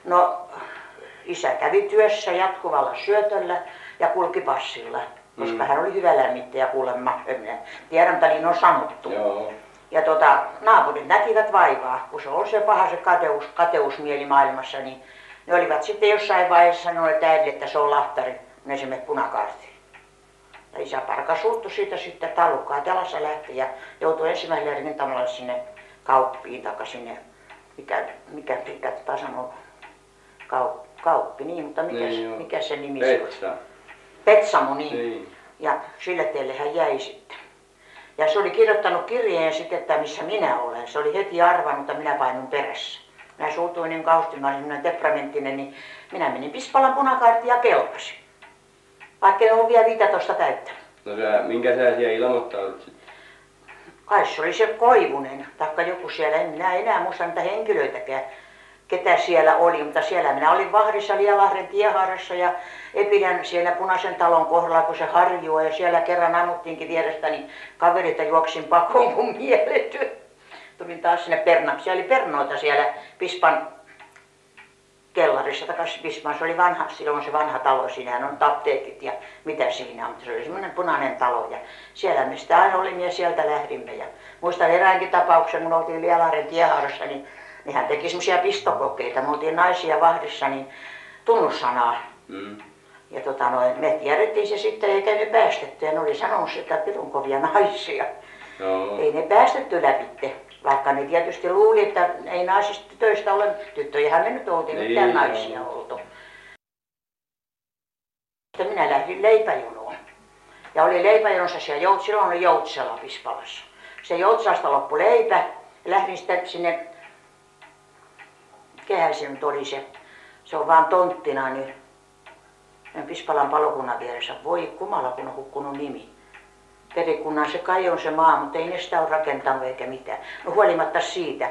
No isä kävi työssä jatkuvalla syötöllä ja kulki passilla, koska hän oli hyvä lämmittäjä kuulemma. Tiedän, että niin on sanottu. Joo. Ja naapurit näkivät vaivaa, kun se on se paha se kateusmieli maailmassa, niin ne olivat sitten jossain vaiheessa sanoneet äidille, että se on lahtari, ne se mene punakaartiin. Ja isä parka suuttu siitä sitten tallukkaa telassa lähti ja joutui ensimmäiselle rintamalle sinne kauppiin, tai sinne, mikä sanoo, kauppi, niin, mutta mikä se nimi Petsa. Petsamo, niin. Ja sille teille hän jäi sitten. Ja se oli kirjoittanut kirjeen sitten, että missä minä olen. Se oli heti arvannut, että minä painun perässä. Minä suutuin niin kauheasti, mä olin semmoinen temperamenttinen, niin minä menin Pispalan punakaartiin ja kelpasin. Vaikka en ollut vielä 15 täyttänyt. No minkä sä siellä ilmoittaudut sitten? Kai se oli se Koivunen, taikka joku siellä, en minä enää muista niitä henkilöitäkään, ketä siellä oli, mutta siellä minä olin vahdissa Lialahden tiehaarassa ja Epilän siellä Punaisen talon kohdalla, kun se harjui ja siellä kerran ammuttiinkin vierestä, niin kaverita juoksin pakoon kun mieletty. Tulin taas sinne siellä oli pernoita siellä Pispan kellarissa, takaisin Pispan, se oli vanha, silloin se vanha talo, siinähän on apteekit ja mitä siinä on, mutta se oli semmoinen punainen talo ja siellä me sitä aina olimme ja sieltä lähdimme. Ja muistan eräänkin tapauksen, kun oltiin Lialahden tiehaarassa, niin hän teki semmoisia pistokokeita, me oltiin naisia vahdissa, niin tunnussanaa. Ja me tiedettiin se sitten eikä ne päästetty ja ne oli sanonut sitä pirun kovia naisia. Joo. Ei ne päästetty läpitte, vaikka ne tietysti luuli, että ei naisista tytöistä ole, tyttöjähän me nyt oltiin, mitään naisia oltu. Sitten minä lähdin leipäjonoon ja oli leipäjonossa siellä, silloin oli Joutsala Pispalassa. Se Joutsalasta loppui leipä ja lähdin sitten sinne, kehä se nyt oli se on vaan tonttina nyt. Pispalan palokunnan vieressä. Voi kumala, kun on hukkunut nimi. Perikunnan se kai on se maa, mutta ei ne sitä ole rakentanut eikä mitään. No huolimatta siitä.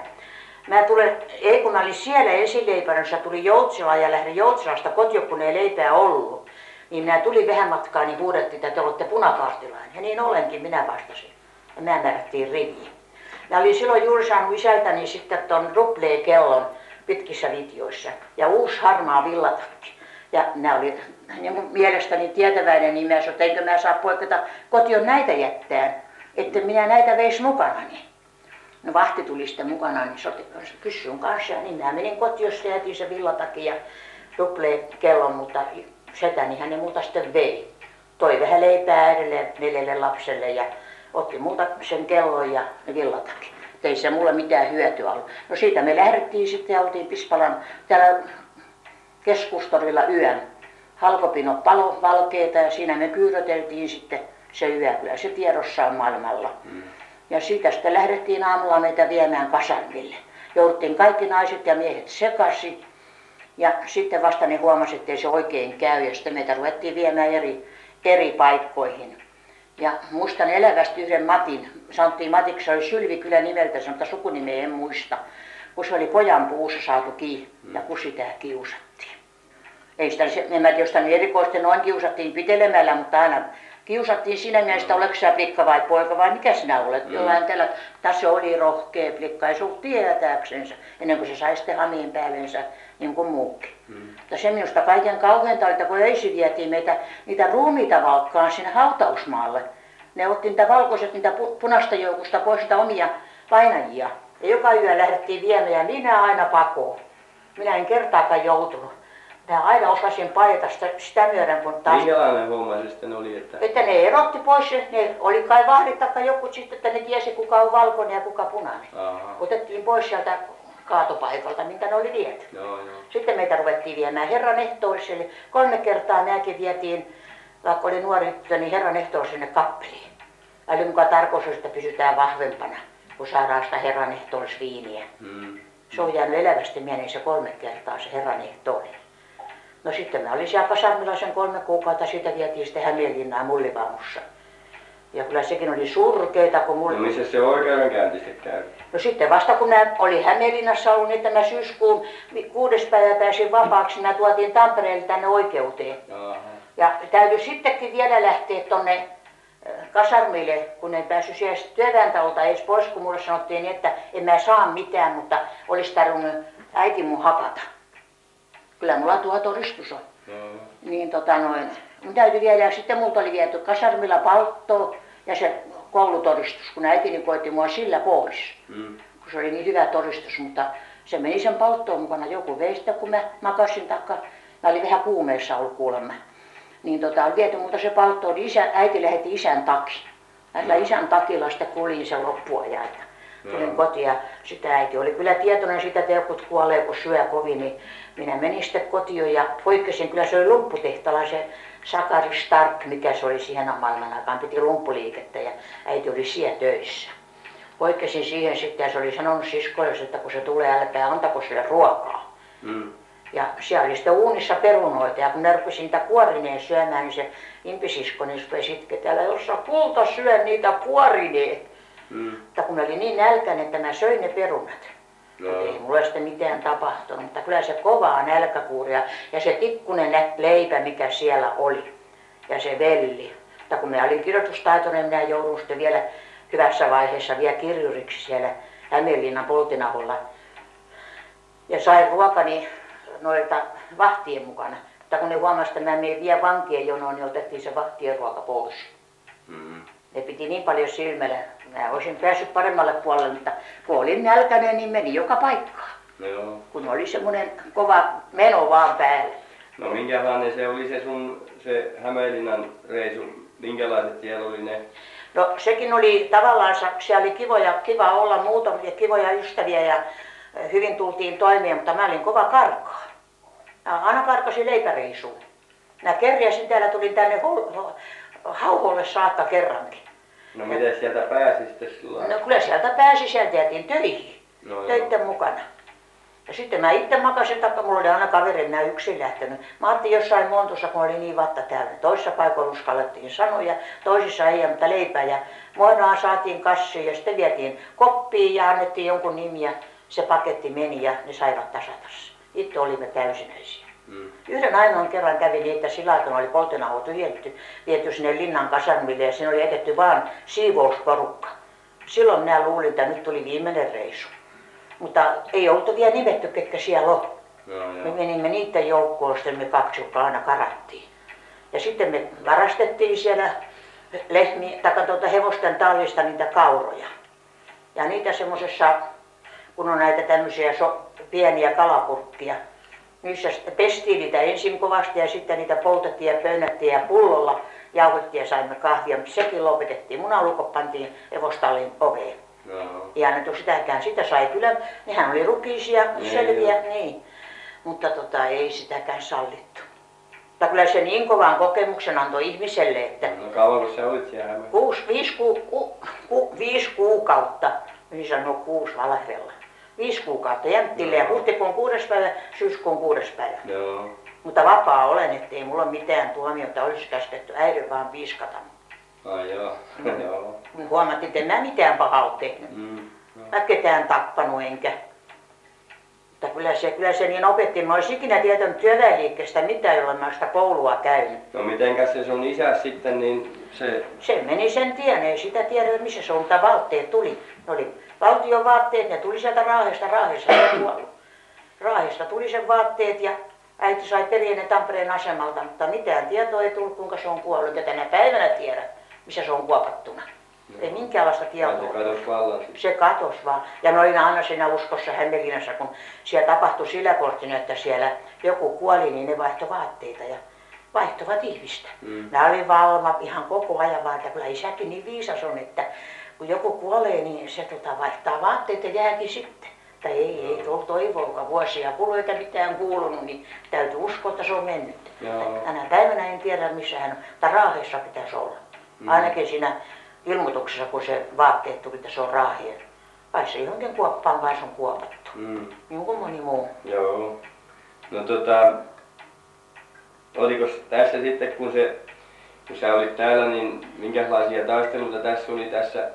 Kun mä olin siellä ensileipärössä, tuli Joutsala ja lähdin Joutsalasta kotiin, kun ei leipää ollut. Niin minä tulin vähän matkaa, niin huudettiin, että te olette punakaartilainen. Ja niin olenkin, minä vastasin. Ja mä määrättiin riviin. Mä olin silloin juuri saanut isältäni sitten ton ruplee-kellon pitkissä vitjoissa. Ja uusi harmaa villatakki. Ja minä olin mielestäni tietäväinen, niin mä sanoin, että enkö mä saa poiketa kotiin näitä jättää, että minä näitä veis mukanani. No vahti tuli sitten mukana, niin kysyin kanssa, ja niin minä menin kotiin ja jätin se villatakin ja kellon, mutta setäni hän ne muuta sitten vei. Toi vähän leipää äidelle 4 lapselle ja otti muuta sen kellon ja ne villatakin. Ei se mulle mitään hyötyä ollut. No siitä me lähdettiin sitten ja oltiin Pispalan täällä Keskustorilla yön. Halkopinot palo valkeita ja siinä me kyyröteltiin sitten se yö, kyllä se tiedossa on maailmalla. Ja siitä sitten lähdettiin aamulla meitä viemään kasarmille. Jouduttiin kaikki naiset ja miehet sekaisin. Ja sitten vasta ne huomasivat, että ei se oikein käy ja sitten meitä ruvettiin viemään eri paikkoihin. Ja muistan elävästi yhden Matin, sanottiin Matiksi, se oli Sylvi kyllä nimeltä, mutta sukunimeä en muista. Kun se oli pojan puussa saatu kiinni ja kun sitä kiusattiin. Ei sitä, en mä tiedä, niin erikoisesti noin kiusattiin pitelemällä, mutta aina kiusattiin siinä mielessä, oletko sä plikka vai poika vai mikä sinä olet. Jollain tällä, että se oli rohkea plikka, ei se ollut tietääksensä, ennen kuin se sai sitten hamiin päällensä niin kuin muukin. Mutta se minusta kaiken kauheinta oli, että kun öisin vietiin meitä niitä ruumiita valkkaan sinne hautausmaalle. Ne otti niitä valkoiset, niitä punaista joukosta pois niitä omia painajia. Ja joka yö lähdettiin viemään ja minä aina pakoon. Minä en kertaakaan joutunut. Minä aina osasin paeta sitä myöden, kun taas... Minkälainen homma se sitten oli? Että ne erotti pois, ne oli kai vahdit taikka joku sitten, että ne tiesi kuka on valkoinen ja kuka punainen. Aha. Otettiin pois sieltä kaatopaikalta, minkä ne oli viety. Joo. Sitten meitä ruvettiin viemään herran ehtoolliselle. 3 kertaa minäkin vietiin, vaikka oli nuori tyttö, niin herran ehtoolliselle kappeliin. Eli mukaan tarkoitus, että pysytään vahvempana, kun saadaan sitä herran ehtoollisviiniä. Se on jäänyt elävästi mieleen se 3 kertaa se herran ehtoollinen. No sitten mä olin siellä kasarmilla sen 3 kuukautta, siitä vietiin sitten Hämeenlinnaan mullivaunussa. Ja kyllä sekin oli surkeita, kun No missä se oikeudenkäynti sitten käy? No sitten vasta kun mä olin Hämeenlinnassa ollut, niin että mä syyskuun 6. päivä pääsin vapaaksi, mä tuotiin Tampereelle tänne oikeuteen. Aha. Ja täytyy sittenkin vielä lähteä tonne kasarmille, kun en päässyt siellä työväentalolta edes pois, kun mulle sanottiin niin, että en mä saa mitään, mutta olisi tarvinnut äiti mun hakata. Kyllä mulla tuo todistus on. Joo. Niin mun täytyi viedä, sitten multa oli viety kasarmilla palttoo ja se koulutodistus, kun äitini koitti mua sillä pois. Kun se oli niin hyvä todistus, mutta se meni sen palttoon mukana, joku vei sitä, kun mä makasin taikka, mä olin vähän kuumeessa ollut kuulemma. Niin oli viety multa se palttoo, niin äiti lähetti isän takin. Mä isän takilla sitten kuljin sen loppuajan. Tulin kotiin ja sitten äiti oli kyllä tietoinen siitä, että jotkut kuolee, kun syö kovin, niin minä menin sitten kotiin ja poikkesin, kyllä se oli lumpputehtaalla se Sakari Stark, mikä se oli siihen maailman aikaan, piti lumppuliikettä ja äiti oli siellä töissä. Poikkesin siihen sitten ja se oli sanonut siskoille, että kun se tulee, älkää antako sille ruokaa. Ja siellä oli sitten uunissa perunoita ja kun ne rupesi niitä kuorineen syömään, niin se impisisko niin rupesi itke, täällä jossa kulta syö niitä kuorineen. Mutta kun mä olin niin nälkäinen, että mä söin ne perunat. Ei mulle sitten mitään tapahtunut, mutta kyllä se kovaa nälkäkuuria ja se tikkunen leipä, mikä siellä oli. Ja se velli. Mutta kun mä olin kirjoitustaitoinen, minä joudun sitten vielä hyvässä vaiheessa vielä kirjuriksi siellä Hämeenlinnan Poltinaholla. Ja sain ruokani noilta vahtien mukana. Mutta kun ne huomasi, että mä menin vielä vankien jonoon, niin otettiin se vahtien ruoka pois. Ne piti niin paljon silmällä. Mä olisin päässyt paremmalle puolelle, mutta kun olin nälkäinen, niin meni joka paikkaan. Joo. Kun oli semmoinen kova meno vaan päällä. No minkälainen se oli se Hämeenlinnan reisu? Minkälaiset siellä oli ne? No sekin oli tavallaan, siellä oli kiva olla muutamia kivoja ystäviä ja hyvin tultiin toimeen, mutta mä olin kova karkaa. Aina karkasin leipäreisuun. Mä kerjäsin täällä, tulin tänne Hauholle saakka kerrankin. No miten sieltä pääsi sitten silloin? No kyllä sieltä pääsi, sieltä jäätiin töihin, töitten mukana. Ja sitten mä itse makasin, taikka mulla oli aina kaveri, minä yksin lähtenyt. Mä ajattelin jossain Montussa, kun oli niin vatta täällä. Toisissa paikoilla uskallettiin sanoja, toisissa ei, mutta leipää. Ja muonaan saatiin kassiin ja sitten vietiin koppiin ja annettiin jonkun nimi ja se paketti meni ja ne saivat tasatassa. Itse olimme täysinäisiä. Yhden ainoan kerran kävi niin, että sillä aikana oli Poltenaho tyhjennetty, viety sinne linnan kasarmille ja siinä oli jätetty vaan siivousporukka. Silloin minä luulin, että nyt tuli viimeinen reisu. Mutta ei oltu vielä nimetty, ketkä siellä on. Me menimme niiden joukkoon, sitten me 2 aina karattiin. Ja sitten me varastettiin siellä hevosten tallista niitä kauroja. Ja niitä semmosessa, kun on näitä tämmöisiä pieniä kalapurkkia, niissä pestiin niitä ensin kovasti ja sitten niitä poltettiin ja pöynättiin ja pullolla jauhettiin ja saimme kahvia, mutta sekin lopetettiin. Munalukot pantiin hevostallin oveen. Ei annettu sitäkään, sitä sai kyllä, nehän oli rukiisia, selviä, niin. Mutta ei sitäkään sallittu. Mutta kyllä se niin kovan kokemuksen antoi ihmiselle, että... No kauanko sä olit siellä Hämeen? 5 kuukautta, niin sanoo 6 valheella. 5 kuukautta jämttille ja huhtikuun 6. päivä, syyskuun 6. päivä. Joo. Mutta vapaa olen, ettei mulla ole mitään tuomiota, olisi käsketty äidin vaan piiskata. Ai joo. Joo. Huomattiin, että en mä mitään pahaa ole tehnyt. Mä ketään tappanut enkä. Mutta kyllä se niin opetti. Mä olisin ikinä tietänyt työväenliikkeestä mitään, jolla mä sitä koulua käynyt. No mitenkäs se sun isä sitten, niin se... Se meni sen tien, ei sitä tiedä missä se on, mutta vaatteet tuli. Ne oli valtion vaatteet, ne tuli sieltä Raahesta ei kuollut. Raahesta tuli sen vaatteet ja äiti sai periä ne Tampereen asemalta, mutta mitään tietoa ei tullut, kuinka se on kuollut. Ja tänä päivänä tiedä, missä se on kuopattuna. Ei minkäänlaista tietoa. Se katosi vallan. Se katosi vaan. Ja mä olin aina siinä uskossa Hämeenlinnassa, kun siellä tapahtui sillä korttina, että siellä joku kuoli, niin ne vaihtoi vaatteita ja vaihtoivat ihmistä. Mä olin valma ihan koko ajan vaan, että kyllä isäkin niin viisas on, että kun joku kuolee, niin se vaihtaa vaatteet ja jääkin sitten. Tai ei tullut toivoa, vuosia kului eikä mitään kuulunut, niin täytyy uskoa, että se on mennyt. Tänä päivänä en tiedä missä hän on, mutta Raahessa pitäisi olla. Ainakin siinä ilmoituksessa, kun se vaatteet tuli, että se on Raahien. Vai se johonkin kuoppaan vai se on kuopattu. Niin kuin moni muu. Joo. No oliko tässä sitten, kun sä olit täällä, niin minkälaisia taisteluita tässä oli tässä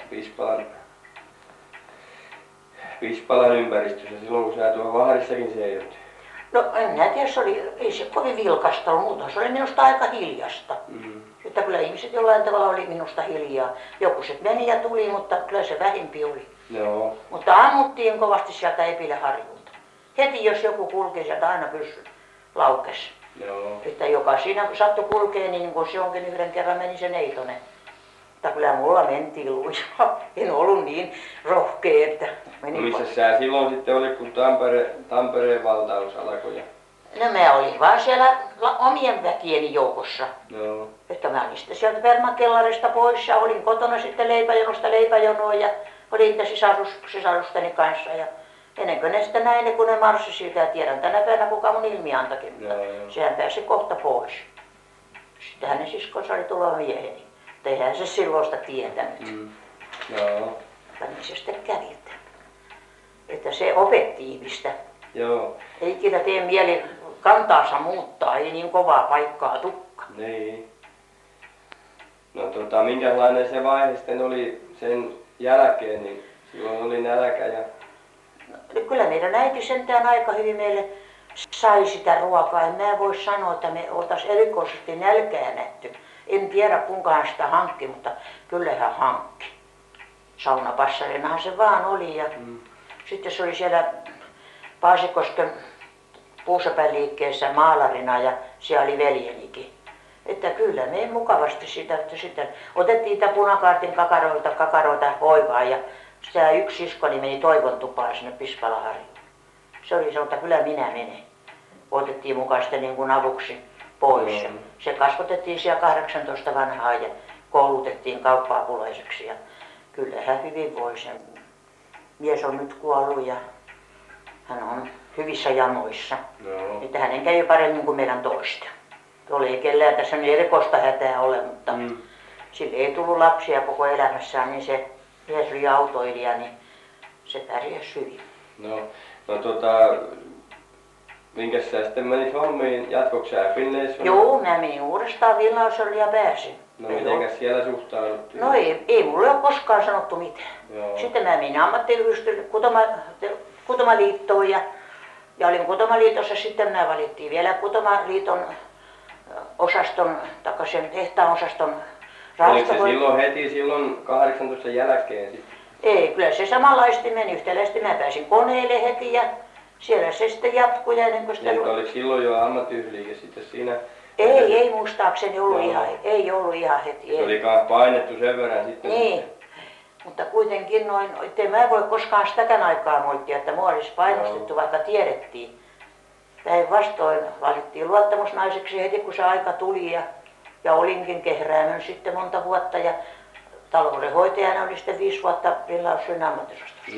Pispalan ympäristössä silloin, kun sä tuolla Vahrissakin seijoit? No en minä tiedä, ei se kovin vilkasta ollut, mutta se oli minusta aika hiljasta. Että kyllä ihmiset jollain tavalla oli minusta hiljaa. Jokuset meni ja tuli, mutta kyllä se vähempi oli. Joo. Mutta ammuttiin kovasti sieltä Epiläharjulta. Heti jos joku kulki sieltä aina pyssy. laukes. Joo. Että joka siinä sattui kulkee, niin kun se jonkin yhden kerran meni se neitonen. Mutta kyllä mulla mentiin lujaa. En ollut niin rohkea, että No missä sä silloin sitten olit, kun Tampereen valtaus alkoi? No mä olin vaan siellä omien väkieni joukossa. Joo. Että mä olin sitten sieltä permakellarista pois ja olin kotona sitten leipäjonosta leipäjonoon ja olin niitä sisarusteni kanssa. Ja ennen kuin ne sitten näin ne, kun ne marssi siitä ja tiedän tänä päivänä kuka mun ilmiantakin, mutta sehän pääsi kohta pois. Sittenhän ne siskonsa oli tuloa mieheni. Mutta eihän se silloista tietänyt. Joo. Mutta niin se sitten kävi. Että se opetti ihmistä. Joo. Ei ikinä tee mieli kantaansa muuttaa, ei niin kovaa paikkaa tukka. Niin. No minkälainen se vaihe sitten oli sen jälkeen, niin silloin oli nälkä ja... No, kyllä meidän äiti sentään aika hyvin meille sai sitä ruokaa. En mä voi sanoa, että me oltaisiin erikoisesti nälkää nähty. En tiedä kuinkahan sitä hankki, mutta kyllä hän hankki. Saunapassarinahan se vaan oli ja sitten se oli siellä Paasikosken puusepän liikkeessä maalarina ja siellä oli veljenikin. Että kyllä me mukavasti sitä, että sitten otettiin niitä punakaartin kakaroita hoivaa ja sitä yksi siskoni meni Toivon tupaan sinne Pispalaharjuun. Se oli sanonut, että kyllä minä menen. Otettiin mukaan sitten niin kuin avuksi pois. Se kasvatettiin siellä 18 vanhaa ja koulutettiin kauppa-apulaiseksi ja kyllä hän hyvin voi sen. Mies on nyt kuollut ja hän on hyvissä jamoissa. Joo. Että hänen käy paremmin kuin meidän toista. Tuolla ei kellään tässä nyt erikoista hätää ole, mutta sille ei tullut lapsia koko elämässään, niin se mies oli autoilija, niin se pärjäsi hyvin. No minkäs sä sitten menit hommiin? Jatkoiko sä Finlaysonin? Joo, mä menin uudestaan Villauselle ja pääsin. No mitenkäs siellä suhtauduttiin? No ei mulle ole koskaan sanottu mitään. Joo. Sitten mä menin kutomaliittoon ja olin kutomaliitossa, sitten mä valittiin vielä kutomaliiton osaston, tai sen tehtaan osaston Oliko se silloin 18 jälkeen sitten? Ei, kyllä se samanlaisesti meni yhtäläisesti. Mä pääsin koneelle heti ja siellä se sitten jatkui ja ennen kuin sitä... Niin, oliko silloin jo ammattiyhdistysliike sitten siinä? Ei muistaakseni ollut ei ollut ihan heti. Se oli painettu sen verran sitten. Niin, mutta kuitenkin noin, ettei mä voi koskaan sitäkään aikaa moittia, että mua olisi painostettu, vaikka tiedettiin. Päinvastoin valittiin luottamusnaiseksi heti kun se aika tuli ja olinkin kehräämön sitten monta vuotta ja taloudenhoitajana oli sitten 5 vuotta Villausjoen ammattisostossa.